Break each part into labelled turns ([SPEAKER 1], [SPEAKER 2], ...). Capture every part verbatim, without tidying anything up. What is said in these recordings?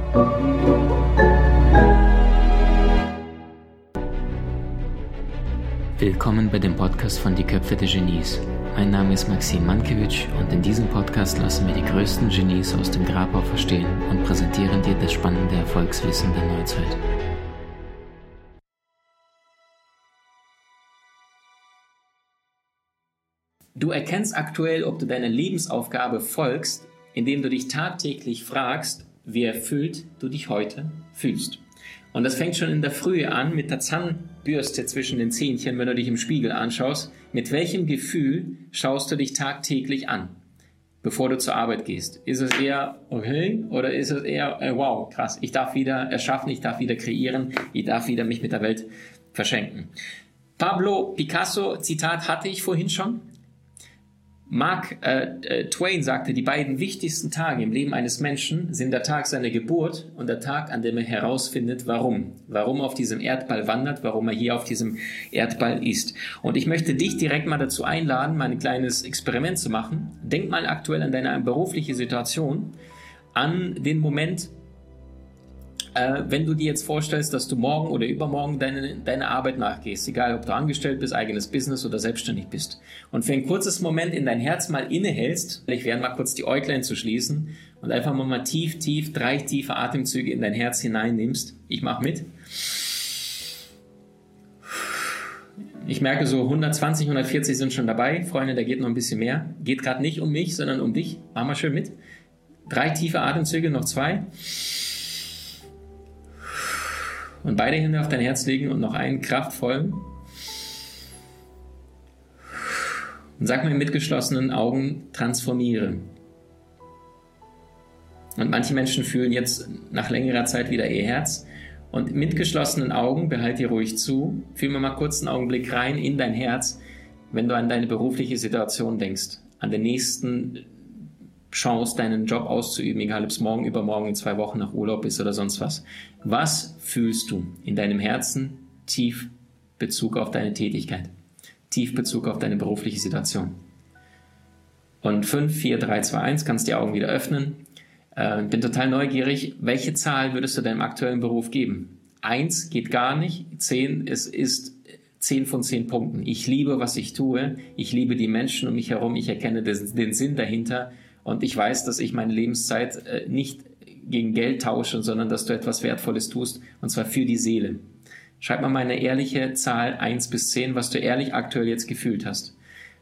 [SPEAKER 1] Willkommen bei dem Podcast von Die Köpfe der Genies. Mein Name ist Maxim Mankewitsch und in diesem Podcast lassen wir die größten Genies aus dem Grabau verstehen und präsentieren dir das spannende Erfolgswissen der Neuzeit.
[SPEAKER 2] Du erkennst aktuell, ob du deiner Lebensaufgabe folgst, indem du dich tagtäglich fragst, wie erfüllt du dich heute fühlst. Und das fängt schon in der Frühe an mit der Zahnbürste zwischen den Zähnchen, wenn du dich im Spiegel anschaust. Mit welchem Gefühl schaust du dich tagtäglich an, bevor du zur Arbeit gehst? Ist es eher okay oder ist es eher äh, wow, krass, ich darf wieder erschaffen, ich darf wieder kreieren, ich darf wieder mich mit der Welt verschenken. Pablo Picasso, Zitat hatte ich vorhin schon. Mark äh, äh, Twain sagte, die beiden wichtigsten Tage im Leben eines Menschen sind der Tag seiner Geburt und der Tag, an dem er herausfindet, warum. Warum er auf diesem Erdball wandert, warum er hier auf diesem Erdball ist. Und ich möchte dich direkt mal dazu einladen, mal ein kleines Experiment zu machen. Denk mal aktuell an deine berufliche Situation, an den Moment, Äh, wenn du dir jetzt vorstellst, dass du morgen oder übermorgen deine, deine Arbeit nachgehst, egal ob du angestellt bist, eigenes Business oder selbstständig bist, und für ein kurzes Moment in dein Herz mal innehältst, ich werde mal kurz die Äuglein zu schließen und einfach mal, mal tief, tief, drei tiefe Atemzüge in dein Herz hineinnimmst. Ich mache mit. Ich merke so hundertzwanzig, hundertvierzig sind schon dabei. Freunde, da geht noch ein bisschen mehr. Geht gerade nicht um mich, sondern um dich. Mach mal schön mit. Drei tiefe Atemzüge, noch zwei. Und beide Hände auf dein Herz legen und noch einen kraftvollen. Und sag mir mit geschlossenen Augen, transformiere. Und manche Menschen fühlen jetzt nach längerer Zeit wieder ihr Herz. Und mit geschlossenen Augen, behalte dir ruhig zu, fühl mir mal kurz einen Augenblick rein in dein Herz, wenn du an deine berufliche Situation denkst, an den nächsten Chance, deinen Job auszuüben, egal ob es morgen, übermorgen, in zwei Wochen nach Urlaub ist oder sonst was. Was fühlst du in deinem Herzen tief Bezug auf deine Tätigkeit, tief Bezug auf deine berufliche Situation? Und fünf, vier, drei, zwei, eins, kannst die Augen wieder öffnen. Äh, bin total neugierig. Welche Zahl würdest du deinem aktuellen Beruf geben? Eins geht gar nicht. Zehn, es ist zehn von zehn Punkten. Ich liebe, was ich tue. Ich liebe die Menschen um mich herum. Ich erkenne den, den Sinn dahinter. Und ich weiß, dass ich meine Lebenszeit äh, nicht gegen Geld tausche, sondern dass du etwas Wertvolles tust, und zwar für die Seele. Schreib mal meine ehrliche Zahl eins bis zehn, was du ehrlich aktuell jetzt gefühlt hast.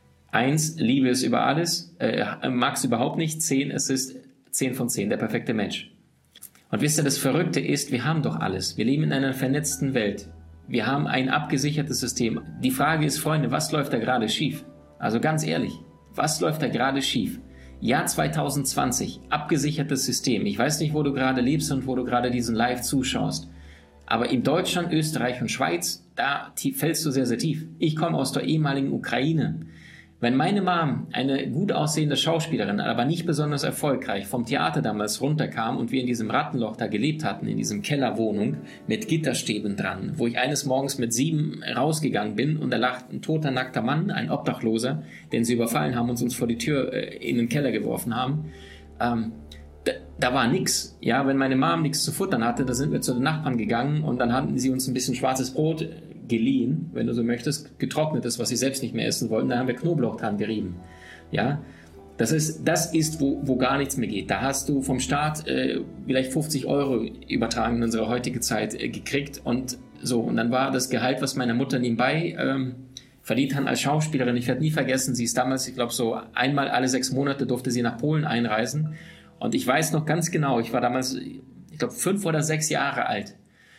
[SPEAKER 2] eins, Liebe ist über alles, äh, magst überhaupt nicht. zehn, es ist zehn von zehn, der perfekte Mensch. Und wisst ihr, das Verrückte ist, wir haben doch alles. Wir leben in einer vernetzten Welt. Wir haben ein abgesichertes System. Die Frage ist, Freunde, was läuft da gerade schief? Also ganz ehrlich, was läuft da gerade schief? Jahr zwanzig zwanzig, abgesichertes System. Ich weiß nicht, wo du gerade lebst und wo du gerade diesen Live zuschaust. Aber in Deutschland, Österreich und Schweiz, da fällst du sehr, sehr tief. Ich komme aus der ehemaligen Ukraine. Wenn meine Mom, eine gut aussehende Schauspielerin, aber nicht besonders erfolgreich, vom Theater damals runterkam und wir in diesem Rattenloch da gelebt hatten, in diesem Kellerwohnung mit Gitterstäben dran, wo ich eines Morgens mit sieben rausgegangen bin und da lag ein toter, nackter Mann, ein Obdachloser, den sie überfallen haben und uns vor die Tür äh, in den Keller geworfen haben. Ähm, da, da war nix. Ja, wenn meine Mom nichts zu futtern hatte, da sind wir zu den Nachbarn gegangen und dann hatten sie uns ein bisschen schwarzes Brot geliehen, wenn du so möchtest, getrocknetes, was sie selbst nicht mehr essen wollten, da haben wir Knoblauch dran gerieben. Ja, das ist, das ist wo, wo gar nichts mehr geht. Da hast du vom Staat äh, vielleicht fünfzig Euro übertragen in unsere heutige Zeit äh, gekriegt und so. Und dann war das Gehalt, was meine Mutter nebenbei ähm, verdient hat als Schauspielerin. Ich werde nie vergessen, sie ist damals, ich glaube so einmal alle sechs Monate durfte sie nach Polen einreisen. Und ich weiß noch ganz genau, ich war damals, ich glaube fünf oder sechs Jahre alt.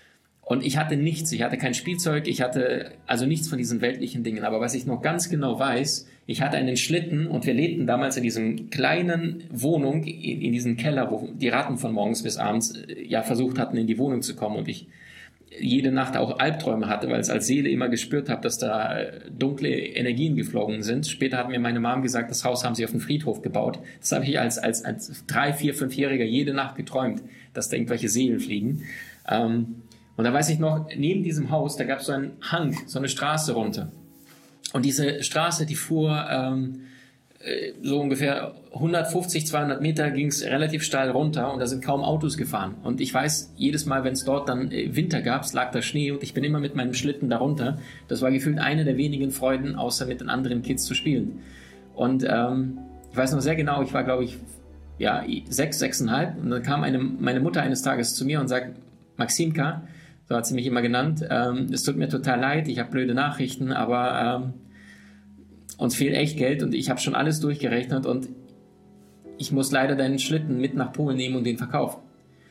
[SPEAKER 2] Und ich hatte nichts, ich hatte kein Spielzeug, ich hatte also nichts von diesen weltlichen Dingen. Aber was ich noch ganz genau weiß, ich hatte einen Schlitten und wir lebten damals in diesem kleinen Wohnung, in, in diesem Keller, wo die Ratten von morgens bis abends ja versucht hatten, in die Wohnung zu kommen. Und ich jede Nacht auch Albträume hatte, weil ich als Seele immer gespürt habe, dass da dunkle Energien geflogen sind. Später hat mir meine Mom gesagt, das Haus haben sie auf dem Friedhof gebaut. Das habe ich als, als, als drei, vier, fünfjähriger jede Nacht geträumt, dass da irgendwelche Seelen fliegen. Ähm, Und da weiß ich noch, neben diesem Haus, da gab es so einen Hang, so eine Straße runter. Und diese Straße, die fuhr ähm, so ungefähr hundertfünfzig, zweihundert Meter ging es relativ steil runter und da sind kaum Autos gefahren. Und ich weiß, jedes Mal, wenn es dort dann Winter gab, es lag da Schnee und ich bin immer mit meinem Schlitten da runter. Das war gefühlt eine der wenigen Freuden, außer mit den anderen Kids zu spielen. Und ähm, ich weiß noch sehr genau, ich war, glaube ich, ja, sechs, sechseinhalb und dann kam eine, meine Mutter eines Tages zu mir und sagt, Maximka, so hat sie mich immer genannt, ähm, es tut mir total leid, ich habe blöde Nachrichten, aber ähm, uns fehlt echt Geld und ich habe schon alles durchgerechnet und ich muss leider deinen Schlitten mit nach Polen nehmen und den verkaufen.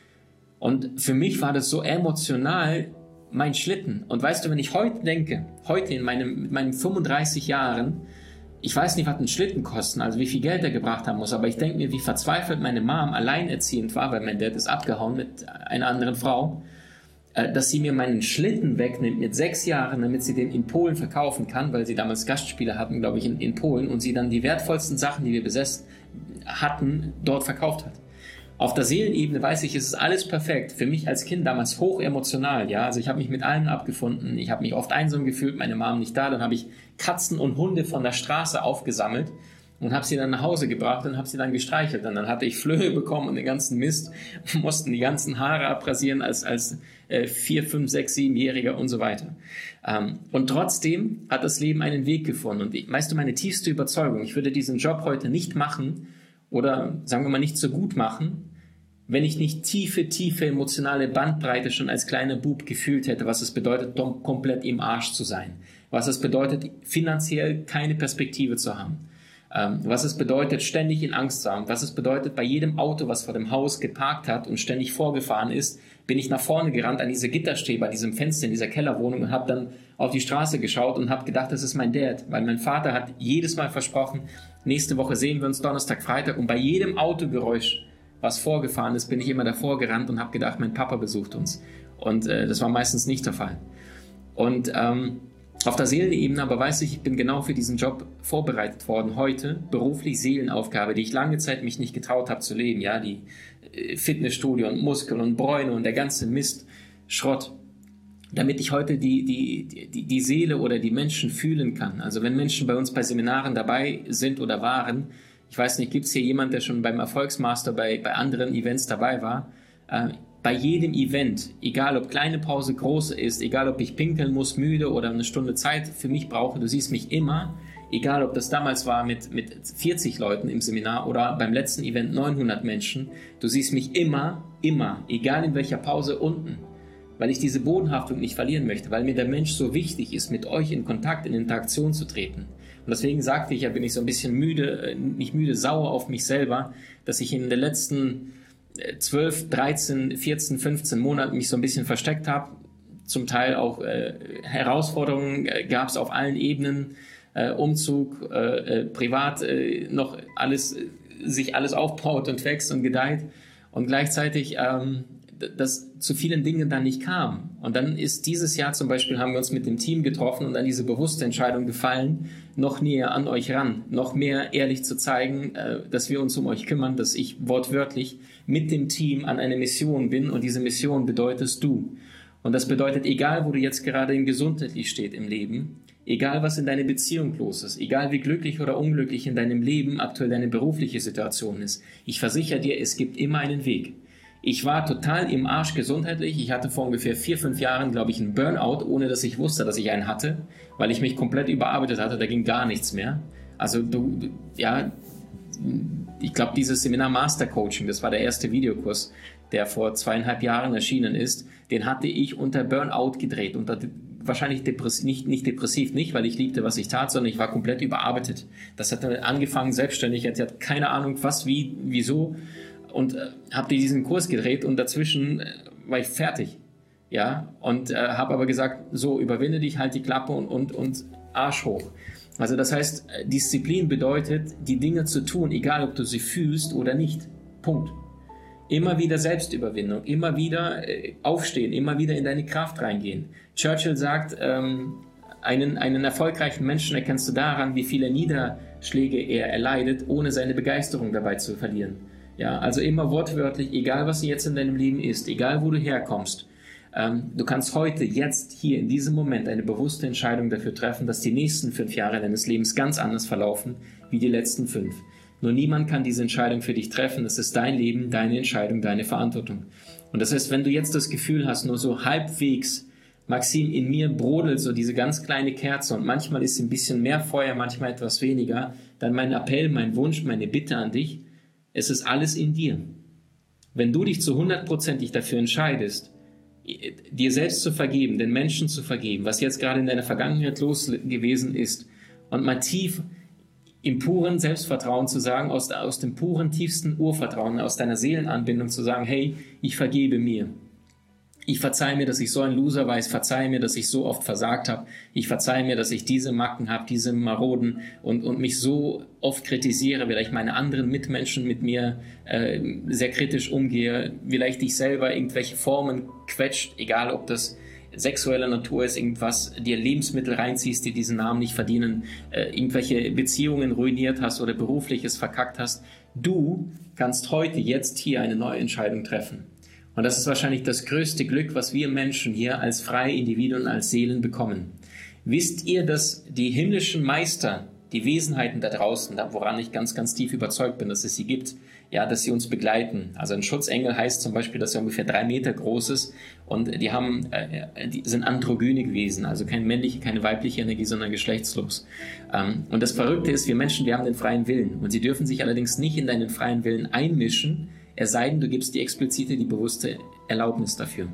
[SPEAKER 2] Und für mich war das so emotional, mein Schlitten. Und weißt du, wenn ich heute denke, heute in meinem, mit meinen fünfunddreißig Jahren, ich weiß nicht, was ein Schlitten kosten, also wie viel Geld er gebracht haben muss, aber ich denke mir, wie verzweifelt meine Mom alleinerziehend war, weil mein Dad ist abgehauen mit einer anderen Frau, dass sie mir meinen Schlitten wegnimmt mit sechs Jahren, damit sie den in Polen verkaufen kann, weil sie damals Gastspiele hatten, glaube ich, in, in Polen und sie dann die wertvollsten Sachen, die wir besessen hatten, dort verkauft hat. Auf der Seelenebene weiß ich, es ist alles perfekt. Für mich als Kind damals hoch emotional, ja. Also ich habe mich mit allen abgefunden. Ich habe mich oft einsam gefühlt, meine Mom nicht da. Dann habe ich Katzen und Hunde von der Straße aufgesammelt und habe sie dann nach Hause gebracht und habe sie dann gestreichelt. Und dann hatte ich Flöhe bekommen und den ganzen Mist, mussten die ganzen Haare abrasieren als, als äh, vier, fünf, sechs, siebenjähriger und so weiter. Ähm, und trotzdem hat das Leben einen Weg gefunden. Und ich, weißt du, meine tiefste Überzeugung, ich würde diesen Job heute nicht machen oder sagen wir mal nicht so gut machen, wenn ich nicht tiefe, tiefe emotionale Bandbreite schon als kleiner Bub gefühlt hätte, was es bedeutet, komplett im Arsch zu sein. Was es bedeutet, finanziell keine Perspektive zu haben. Ähm, was es bedeutet, ständig in Angst zu haben. Was es bedeutet, bei jedem Auto, was vor dem Haus geparkt hat und ständig vorgefahren ist, bin ich nach vorne gerannt an diese Gitterstäbe, an diesem Fenster in dieser Kellerwohnung und habe dann auf die Straße geschaut und habe gedacht, das ist mein Dad. Weil mein Vater hat jedes Mal versprochen, nächste Woche sehen wir uns Donnerstag, Freitag und bei jedem Autogeräusch, was vorgefahren ist, bin ich immer davor gerannt und habe gedacht, mein Papa besucht uns. Und äh, das war meistens nicht der Fall. Und ähm, auf der Seelenebene aber weiß ich, ich bin genau für diesen Job vorbereitet worden. Heute beruflich Seelenaufgabe, die ich lange Zeit mich nicht getraut habe zu leben. Ja, die äh, Fitnessstudio und Muskeln und Bräune und der ganze Mist, Schrott. Damit ich heute die, die, die, die Seele oder die Menschen fühlen kann. Also wenn Menschen bei uns bei Seminaren dabei sind oder waren, ich weiß nicht, gibt es hier jemand, der schon beim Erfolgsmaster bei, bei anderen Events dabei war? Äh, bei jedem Event, egal ob kleine Pause, große ist, egal ob ich pinkeln muss, müde oder eine Stunde Zeit für mich brauche, du siehst mich immer, egal ob das damals war mit, mit vierzig Leuten im Seminar oder beim letzten Event neunhundert Menschen, du siehst mich immer, immer, egal in welcher Pause unten, weil ich diese Bodenhaftung nicht verlieren möchte, weil mir der Mensch so wichtig ist, mit euch in Kontakt, in Interaktion zu treten. Und deswegen sagte ich, ja, bin ich so ein bisschen müde, nicht müde, sauer auf mich selber, dass ich in den letzten zwölf, dreizehn, vierzehn, fünfzehn Monaten mich so ein bisschen versteckt habe. Zum Teil auch äh, Herausforderungen äh, gab es auf allen Ebenen, äh, Umzug, äh, äh, privat äh, noch alles, äh, sich alles aufbaut und wächst und gedeiht und gleichzeitig ähm, dass zu vielen Dingen dann nicht kam. Und dann ist dieses Jahr zum Beispiel, haben wir uns mit dem Team getroffen und an diese bewusste Entscheidung gefallen, noch näher an euch ran, noch mehr ehrlich zu zeigen, dass wir uns um euch kümmern, dass ich wortwörtlich mit dem Team an einer Mission bin und diese Mission bedeutest du. Und das bedeutet, egal wo du jetzt gerade in gesundheitlich steht im Leben, egal was in deiner Beziehung los ist, egal wie glücklich oder unglücklich in deinem Leben aktuell deine berufliche Situation ist, ich versichere dir, es gibt immer einen Weg. Ich war total im Arsch gesundheitlich. Ich hatte vor ungefähr vier, fünf Jahren, glaube ich, einen Burnout, ohne dass ich wusste, dass ich einen hatte, weil ich mich komplett überarbeitet hatte. Da ging gar nichts mehr. Also du, ja, ich glaube, dieses Seminar Master Coaching, das war der erste Videokurs, der vor zweieinhalb Jahren erschienen ist, den hatte ich unter Burnout gedreht. Unter wahrscheinlich depressiv, nicht, nicht depressiv, nicht, weil ich liebte, was ich tat, sondern ich war komplett überarbeitet. Das hat angefangen selbstständig. Ich hatte keine Ahnung, was, wie, wieso. Und äh, habe diesen Kurs gedreht und dazwischen äh, war ich fertig, ja, und äh, habe aber gesagt, so, überwinde dich, halt die Klappe und, und, und Arsch hoch. Also das heißt, Disziplin bedeutet, die Dinge zu tun, egal ob du sie fühlst oder nicht, Punkt. Immer wieder Selbstüberwindung, immer wieder äh, aufstehen, immer wieder in deine Kraft reingehen. Churchill sagt, ähm, einen, einen erfolgreichen Menschen erkennst du daran, wie viele Niederschläge er erleidet, ohne seine Begeisterung dabei zu verlieren. Ja, also immer wortwörtlich, egal was jetzt in deinem Leben ist, egal wo du herkommst, Ähm, du kannst heute, jetzt, hier, in diesem Moment eine bewusste Entscheidung dafür treffen, dass die nächsten fünf Jahre deines Lebens ganz anders verlaufen wie die letzten fünf. Nur niemand kann diese Entscheidung für dich treffen. Es ist dein Leben, deine Entscheidung, deine Verantwortung. Und das heißt, wenn du jetzt das Gefühl hast, nur so halbwegs, Maxim, in mir brodelt so diese ganz kleine Kerze und manchmal ist ein bisschen mehr Feuer, manchmal etwas weniger, dann mein Appell, mein Wunsch, meine Bitte an dich, es ist alles in dir. Wenn du dich zu hundertprozentig dafür entscheidest, dir selbst zu vergeben, den Menschen zu vergeben, was jetzt gerade in deiner Vergangenheit los gewesen ist und mal tief im puren Selbstvertrauen zu sagen, aus, aus dem puren, tiefsten Urvertrauen, aus deiner Seelenanbindung zu sagen, hey, ich vergebe mir. Ich verzeihe mir, dass ich so ein Loser war, ich verzeihe mir, dass ich so oft versagt habe, ich verzeihe mir, dass ich diese Macken habe, diese Maroden und, und mich so oft kritisiere, vielleicht meine anderen Mitmenschen mit mir äh, sehr kritisch umgehe, vielleicht ich selber irgendwelche Formen quetscht, egal ob das sexueller Natur ist, irgendwas, dir Lebensmittel reinziehst, die diesen Namen nicht verdienen, äh, irgendwelche Beziehungen ruiniert hast oder berufliches verkackt hast. Du kannst heute, jetzt hier eine neue Entscheidung treffen. Und das ist wahrscheinlich das größte Glück, was wir Menschen hier als freie Individuen, als Seelen bekommen. Wisst ihr, dass die himmlischen Meister, die Wesenheiten da draußen, woran ich ganz, ganz tief überzeugt bin, dass es sie gibt, ja, dass sie uns begleiten. Also ein Schutzengel heißt zum Beispiel, dass er ungefähr drei Meter groß ist und die haben, äh, die sind androgyne gewesen, also keine männliche, keine weibliche Energie, sondern geschlechtslos. Ähm, und das Verrückte ist, wir Menschen, wir haben den freien Willen und sie dürfen sich allerdings nicht in deinen freien Willen einmischen, es sei denn, du gibst die explizite, die bewusste Erlaubnis dafür.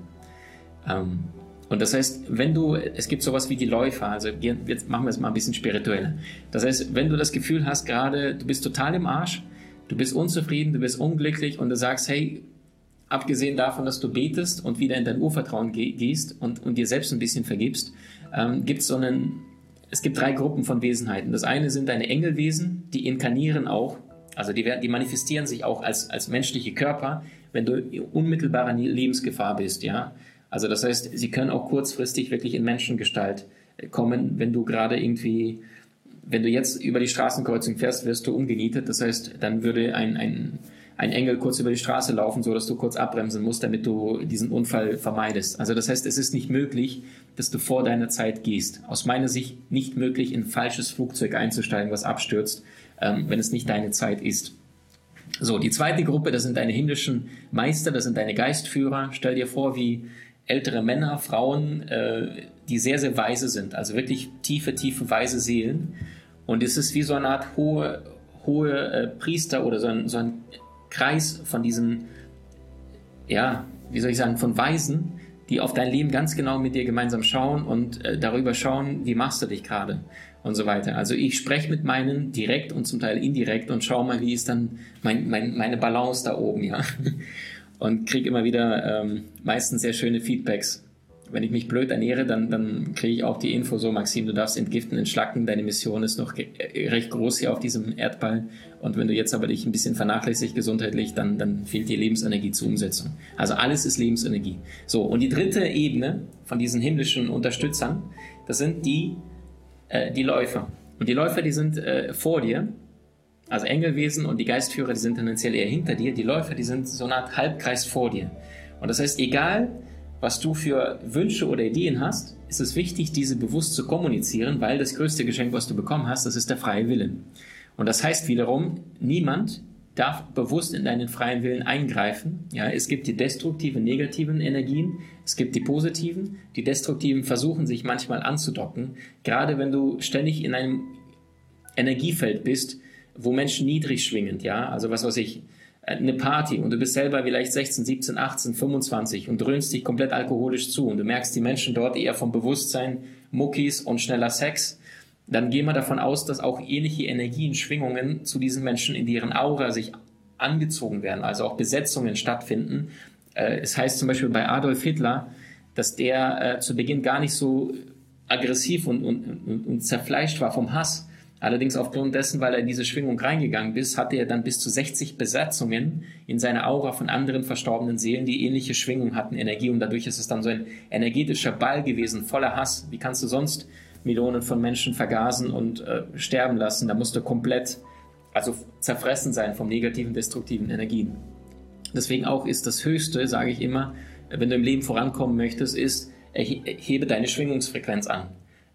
[SPEAKER 2] Ähm, und das heißt, wenn du, es gibt sowas wie die Läufer, also jetzt machen wir es mal ein bisschen spiritueller. Das heißt, wenn du das Gefühl hast, gerade du bist total im Arsch, du bist unzufrieden, du bist unglücklich und du sagst, hey, abgesehen davon, dass du betest und wieder in dein Urvertrauen geh, gehst und, und dir selbst ein bisschen vergibst, ähm, gibt es so einen, es gibt drei Gruppen von Wesenheiten. Das eine sind deine Engelwesen, die inkarnieren auch. Also die, die manifestieren sich auch als, als menschliche Körper, wenn du in unmittelbarer Lebensgefahr bist, ja. Also das heißt, sie können auch kurzfristig wirklich in Menschengestalt kommen, wenn du gerade irgendwie, wenn du jetzt über die Straßenkreuzung fährst, wirst du umgenietet. Das heißt, dann würde ein, ein, ein Engel kurz über die Straße laufen, so dass du kurz abbremsen musst, damit du diesen Unfall vermeidest. Also das heißt, es ist nicht möglich, dass du vor deiner Zeit gehst. Aus meiner Sicht nicht möglich, in ein falsches Flugzeug einzusteigen, was abstürzt, ähm, wenn es nicht deine Zeit ist. So, die zweite Gruppe, das sind deine himmlischen Meister, das sind deine Geistführer. Stell dir vor, wie ältere Männer, Frauen, äh, die sehr, sehr weise sind, also wirklich tiefe, tiefe, weise Seelen. Und es ist wie so eine Art hohe, hohe äh, Priester oder so ein, so ein Kreis von diesen, ja, wie soll ich sagen, von Weisen, die auf dein Leben ganz genau mit dir gemeinsam schauen und äh, darüber schauen, wie machst du dich gerade und so weiter. Also ich spreche mit meinen direkt und zum Teil indirekt und schaue mal, wie ist dann mein, mein, meine Balance da oben, ja. Und kriege immer wieder ähm, meistens sehr schöne Feedbacks. Wenn ich mich blöd ernähre, dann, dann kriege ich auch die Info so, Maxim, du darfst entgiften, entschlacken, deine Mission ist noch ge- recht groß hier auf diesem Erdball und wenn du jetzt aber dich ein bisschen vernachlässigst gesundheitlich, dann, dann fehlt dir Lebensenergie zur Umsetzung. Also alles ist Lebensenergie. So, und die dritte Ebene von diesen himmlischen Unterstützern, das sind die, äh, die Läufer. Und die Läufer, die sind äh, vor dir, also Engelwesen und die Geistführer, die sind tendenziell eher hinter dir, die Läufer, die sind so eine Art Halbkreis vor dir. Und das heißt, egal was du für Wünsche oder Ideen hast, ist es wichtig, diese bewusst zu kommunizieren, weil das größte Geschenk, was du bekommen hast, das ist der freie Wille. Und das heißt wiederum, niemand darf bewusst in deinen freien Willen eingreifen. Ja, es gibt die destruktiven, negativen Energien, es gibt die positiven. Die destruktiven versuchen sich manchmal anzudocken, gerade wenn du ständig in einem Energiefeld bist, wo Menschen niedrig schwingend, ja, also was weiß ich, eine Party und du bist selber vielleicht sechzehn, siebzehn, achtzehn, fünfundzwanzig und dröhnst dich komplett alkoholisch zu und du merkst, die Menschen dort eher vom Bewusstsein, Muckis und schneller Sex, dann gehen wir davon aus, dass auch ähnliche Energien, Schwingungen zu diesen Menschen in deren Aura sich angezogen werden, also auch Besetzungen stattfinden. Es heißt zum Beispiel bei Adolf Hitler, dass der zu Beginn gar nicht so aggressiv und, und, und, und zerfleischt war vom Hass. Allerdings aufgrund dessen, weil er in diese Schwingung reingegangen ist, hatte er dann bis zu sechzig Besatzungen in seiner Aura von anderen verstorbenen Seelen, die ähnliche Schwingung hatten, Energie. Und dadurch ist es dann so ein energetischer Ball gewesen, voller Hass. Wie kannst du sonst Millionen von Menschen vergasen und äh, sterben lassen? Da musst du komplett, also zerfressen sein vom negativen, destruktiven Energien. Deswegen auch ist das Höchste, sage ich immer, wenn du im Leben vorankommen möchtest, ist, hebe deine Schwingungsfrequenz an.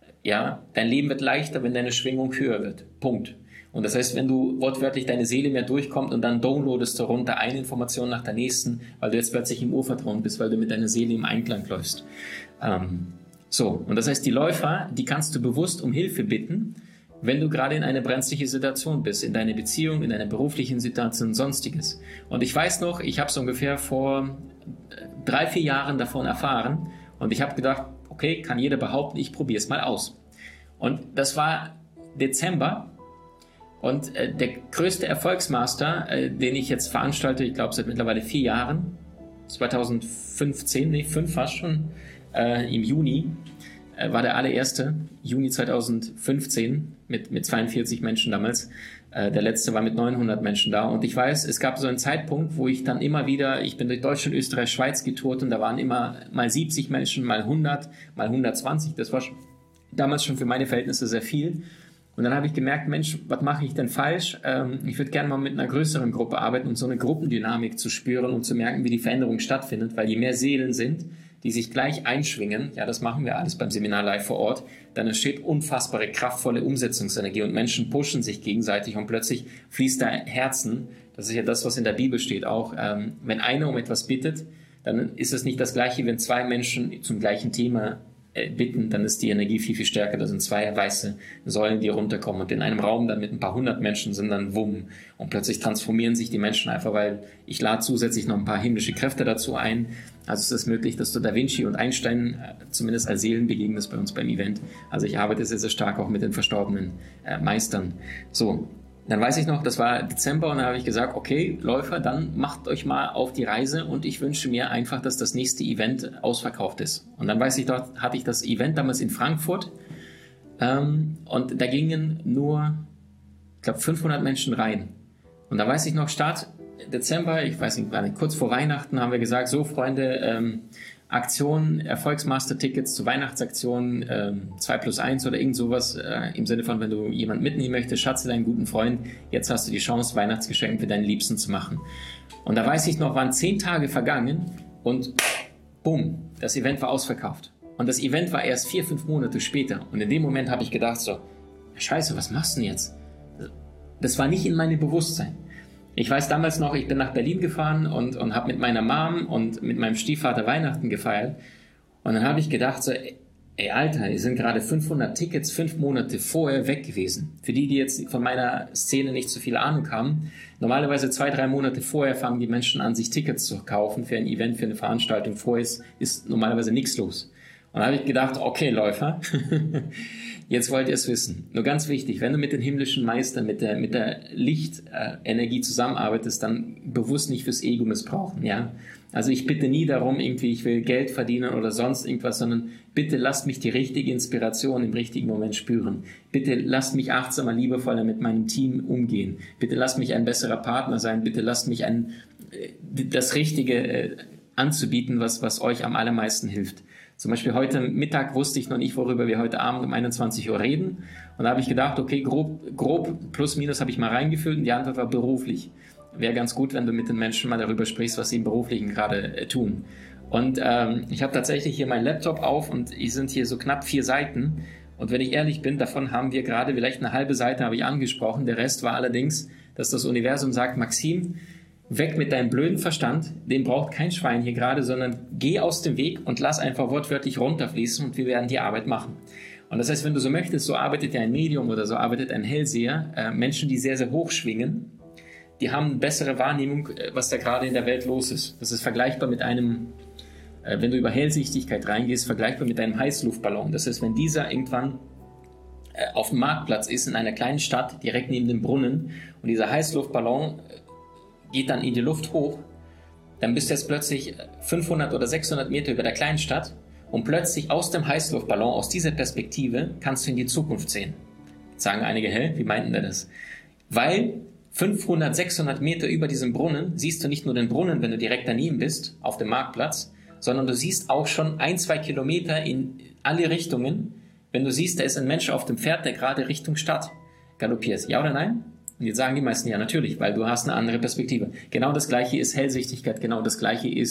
[SPEAKER 2] Ja, dein Leben wird leichter, wenn deine Schwingung höher wird. Punkt. Und das heißt, wenn du wortwörtlich deine Seele mehr durchkommt und dann downloadest du runter eine Information nach der nächsten, weil du jetzt plötzlich im Urvertrauen bist, weil du mit deiner Seele im Einklang läufst. Ähm, so, und das heißt, die Läufer, die kannst du bewusst um Hilfe bitten, wenn du gerade in einer brenzliche Situation bist, in deiner Beziehung, in einer beruflichen Situation, sonstiges. Und ich weiß noch, ich habe es ungefähr vor drei, vier Jahren davon erfahren und ich habe gedacht, okay, kann jeder behaupten, ich probiere es mal aus. Und das war Dezember und äh, der größte Erfolgsmaster, äh, den ich jetzt veranstalte, ich glaube seit mittlerweile vier Jahren, zwanzig fünfzehn, nee, fünf fast schon, äh, im Juni, äh, war der allererste, Juni zwanzig fünfzehn, mit, mit zweiundvierzig Menschen damals. Äh, der letzte war mit neunhundert Menschen da. Und ich weiß, es gab so einen Zeitpunkt, wo ich dann immer wieder, ich bin durch Deutschland, Österreich, Schweiz getourt und da waren immer mal siebzig Menschen, mal hundert, mal hundertzwanzig. Das war schon, damals schon für meine Verhältnisse sehr viel. Und dann habe ich gemerkt, Mensch, was mache ich denn falsch? Ähm, ich würde gerne mal mit einer größeren Gruppe arbeiten, um so eine Gruppendynamik zu spüren und zu merken, wie die Veränderung stattfindet. Weil je mehr Seelen sind, die sich gleich einschwingen, ja, das machen wir alles beim Seminar live vor Ort, dann entsteht unfassbare, kraftvolle Umsetzungsenergie und Menschen pushen sich gegenseitig und plötzlich fließt da Herzen. Das ist ja das, was in der Bibel steht auch. Ähm, wenn einer um etwas bittet, dann ist es nicht das Gleiche, wenn zwei Menschen zum gleichen Thema äh, bitten, dann ist die Energie viel, viel stärker. Das sind zwei weiße Säulen, die runterkommen und in einem Raum dann mit ein paar hundert Menschen sind dann Wumm und plötzlich transformieren sich die Menschen einfach, weil ich lade zusätzlich noch ein paar himmlische Kräfte dazu ein. Also es ist möglich, dass du Da Vinci und Einstein äh, zumindest als Seelen begegnest bei uns beim Event. Also ich arbeite sehr, sehr stark auch mit den verstorbenen äh, Meistern. So, dann weiß ich noch, das war Dezember und dann habe ich gesagt, okay, Läufer, dann macht euch mal auf die Reise und ich wünsche mir einfach, dass das nächste Event ausverkauft ist. Und dann weiß ich, dort hatte ich das Event damals in Frankfurt ähm, und da gingen nur, ich glaube, fünfhundert Menschen rein. Und da weiß ich noch, Start Dezember, ich weiß nicht, kurz vor Weihnachten haben wir gesagt, so Freunde, ähm, Aktion, Erfolgsmaster-Tickets zur Weihnachtsaktion, ähm, zwei plus eins oder irgend sowas, äh, im Sinne von, wenn du jemanden mitnehmen möchtest, schatze deinen guten Freund, jetzt hast du die Chance, Weihnachtsgeschenke für deinen Liebsten zu machen. Und da weiß ich noch, waren zehn Tage vergangen und bumm, das Event war ausverkauft. Und das Event war erst vier, fünf Monate später. Und in dem Moment habe ich gedacht so, Scheiße, was machst du denn jetzt? Das war nicht in meinem Bewusstsein. Ich weiß damals noch, ich bin nach Berlin gefahren und, und habe mit meiner Mom und mit meinem Stiefvater Weihnachten gefeiert. Und dann habe ich gedacht so, ey Alter, hier sind gerade fünfhundert Tickets fünf Monate vorher weg gewesen. Für die, die jetzt von meiner Szene nicht so viel Ahnung haben, normalerweise zwei, drei Monate vorher fangen die Menschen an, sich Tickets zu kaufen für ein Event, für eine Veranstaltung. Vorher ist, ist normalerweise nichts los. Und dann habe ich gedacht, okay Läufer, jetzt wollt ihr es wissen. Nur ganz wichtig, wenn du mit den himmlischen Meistern, mit der, mit der Lichtenergie zusammenarbeitest, dann bewusst nicht fürs Ego missbrauchen, ja. Also ich bitte nie darum, irgendwie, ich will Geld verdienen oder sonst irgendwas, sondern bitte lasst mich die richtige Inspiration im richtigen Moment spüren. Bitte lasst mich achtsamer, liebevoller mit meinem Team umgehen. Bitte lasst mich ein besserer Partner sein. Bitte lasst mich ein, das Richtige äh, anzubieten, was, was euch am allermeisten hilft. Zum Beispiel heute Mittag wusste ich noch nicht, worüber wir heute Abend um einundzwanzig Uhr reden. Und da habe ich gedacht, okay, grob, grob plus minus habe ich mal reingefüllt und die Antwort war beruflich. Wäre ganz gut, wenn du mit den Menschen mal darüber sprichst, was sie im Beruflichen gerade äh, tun. Und ähm, ich habe tatsächlich hier meinen Laptop auf und es sind hier so knapp vier Seiten. Und wenn ich ehrlich bin, davon haben wir gerade vielleicht eine halbe Seite habe ich angesprochen. Der Rest war allerdings, dass das Universum sagt, Maxim, weg mit deinem blöden Verstand, den braucht kein Schwein hier gerade, sondern geh aus dem Weg und lass einfach wortwörtlich runterfließen und wir werden die Arbeit machen. Und das heißt, wenn du so möchtest, so arbeitet ja ein Medium oder so arbeitet ein Hellseher, äh, Menschen, die sehr, sehr hoch schwingen, die haben eine bessere Wahrnehmung, was da gerade in der Welt los ist. Das ist vergleichbar mit einem, äh, wenn du über Hellsichtigkeit reingehst, vergleichbar mit einem Heißluftballon. Das heißt, wenn dieser irgendwann äh, auf dem Marktplatz ist, in einer kleinen Stadt, direkt neben dem Brunnen, und dieser Heißluftballon geht dann in die Luft hoch, dann bist du jetzt plötzlich fünfhundert oder sechshundert Meter über der kleinen Stadt und plötzlich aus dem Heißluftballon, aus dieser Perspektive, kannst du in die Zukunft sehen. Jetzt sagen einige, hä, wie meinten wir das? Weil fünfhundert, sechshundert Meter über diesem Brunnen siehst du nicht nur den Brunnen, wenn du direkt daneben bist, auf dem Marktplatz, sondern du siehst auch schon ein, zwei Kilometer in alle Richtungen, wenn du siehst, da ist ein Mensch auf dem Pferd, der gerade Richtung Stadt galoppiert. Ja oder nein? Und jetzt sagen die meisten, ja natürlich, weil du hast eine andere Perspektive. Genau das Gleiche ist Hellsichtigkeit, genau das Gleiche ist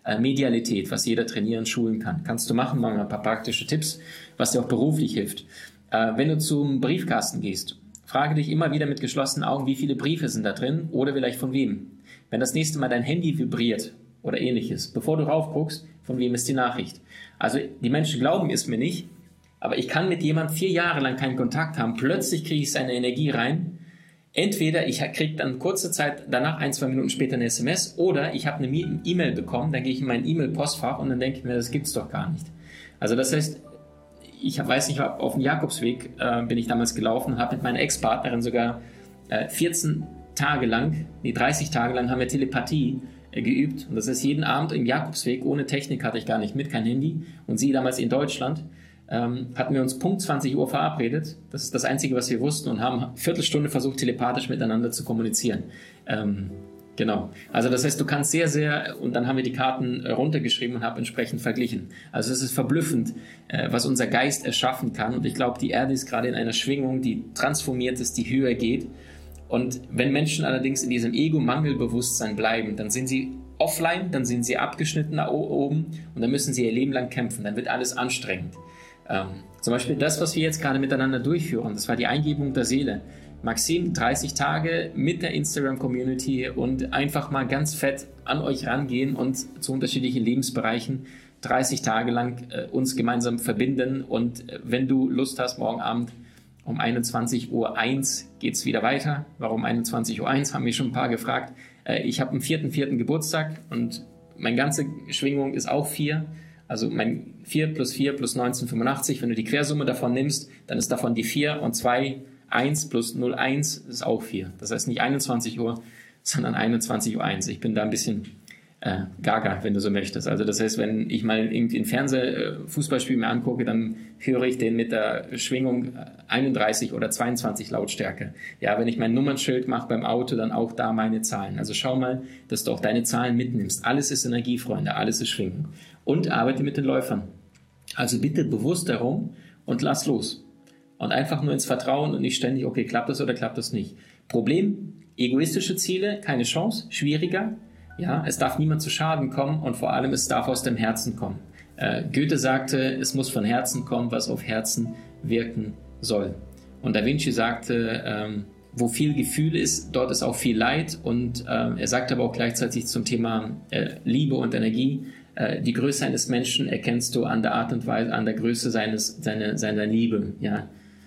[SPEAKER 2] Äh, Medialität, was jeder trainieren, schulen kann. Kannst du machen, machen wir ein paar praktische Tipps, was dir auch beruflich hilft. Äh, wenn du zum Briefkasten gehst, frage dich immer wieder mit geschlossenen Augen, wie viele Briefe sind da drin oder vielleicht von wem. Wenn das nächste Mal dein Handy vibriert oder ähnliches, bevor du raufguckst, von wem ist die Nachricht. Also die Menschen glauben es mir nicht, aber ich kann mit jemandem vier Jahre lang keinen Kontakt haben, plötzlich kriege ich seine Energie rein. Entweder ich kriege dann kurze Zeit danach, ein, zwei Minuten später eine S M S, oder ich habe eine E-Mail bekommen, dann gehe ich in mein E-Mail-Postfach und dann denke ich mir, das gibt's doch gar nicht. Also das heißt, ich weiß nicht, auf dem Jakobsweg äh, bin ich damals gelaufen und habe mit meiner Ex-Partnerin sogar äh, vierzehn Tage lang, nee dreißig Tage lang haben wir Telepathie äh, geübt. Und das ist jeden Abend im Jakobsweg, ohne Technik hatte ich gar nicht mit, kein Handy. Und sie damals in Deutschland, ähm, hatten wir uns Punkt zwanzig Uhr verabredet. Das ist das Einzige, was wir wussten, und haben eine Viertelstunde versucht, telepathisch miteinander zu kommunizieren. Ähm, Genau. Also das heißt, du kannst sehr, sehr, und dann haben wir die Karten runtergeschrieben und haben entsprechend verglichen. Also es ist verblüffend, was unser Geist erschaffen kann. Und ich glaube, die Erde ist gerade in einer Schwingung, die transformiert ist, die höher geht. Und wenn Menschen allerdings in diesem Ego-Mangelbewusstsein bleiben, dann sind sie offline, dann sind sie abgeschnitten da oben und dann müssen sie ihr Leben lang kämpfen. Dann wird alles anstrengend. Ähm, zum Beispiel das, was wir jetzt gerade miteinander durchführen, das war die Eingebung der Seele. Maxim, dreißig Tage mit der Instagram-Community und einfach mal ganz fett an euch rangehen und zu unterschiedlichen Lebensbereichen dreißig Tage lang äh, uns gemeinsam verbinden. Und äh, wenn du Lust hast, morgen Abend um einundzwanzig Uhr eins geht es wieder weiter. Warum einundzwanzig Uhr eins, haben mich schon ein paar gefragt. Äh, ich habe am vierten vierten Geburtstag und meine ganze Schwingung ist auch vier. Also mein vier plus vier plus neunzehnhundertfünfundachtzig, wenn du die Quersumme davon nimmst, dann ist davon die vier und zwei eins plus null Komma eins ist auch vier. Das heißt nicht einundzwanzig Uhr, sondern einundzwanzig Uhr eins. Ich bin da ein bisschen äh, gaga, wenn du so möchtest. Also das heißt, wenn ich mal irgendwie ein Fernseh-Fußballspiel mir angucke, dann höre ich den mit der Schwingung einunddreißig oder zweiundzwanzig Lautstärke. Ja, wenn ich mein Nummernschild mache beim Auto, dann auch da meine Zahlen. Also schau mal, dass du auch deine Zahlen mitnimmst. Alles ist Energie, Freunde, alles ist Schwingung. Und arbeite mit den Läufern. Also bitte bewusst darum und lass los. Und einfach nur ins Vertrauen und nicht ständig, okay, klappt das oder klappt das nicht. Problem, egoistische Ziele, keine Chance, schwieriger. Ja, es darf niemand zu Schaden kommen und vor allem, es darf aus dem Herzen kommen. Äh, Goethe sagte, es muss von Herzen kommen, was auf Herzen wirken soll. Und Da Vinci sagte, ähm, wo viel Gefühl ist, dort ist auch viel Leid. Und äh, er sagte aber auch gleichzeitig zum Thema äh, Liebe und Energie, äh, die Größe eines Menschen erkennst du an der Art und Weise, an der Größe seines, seine, seiner Liebe, ja.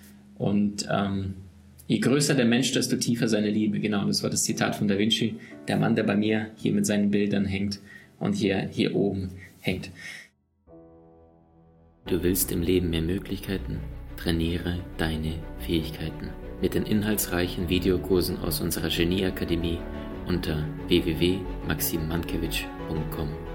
[SPEAKER 2] Und ähm, je größer der Mensch, desto tiefer seine Liebe. Genau, das war das Zitat von Da Vinci. Der Mann, der bei mir hier mit seinen Bildern hängt und hier, hier oben hängt.
[SPEAKER 1] Du willst im Leben mehr Möglichkeiten? Trainiere deine Fähigkeiten. Mit den inhaltsreichen Videokursen aus unserer Genieakademie unter w w w punkt maxim mankewitsch punkt com.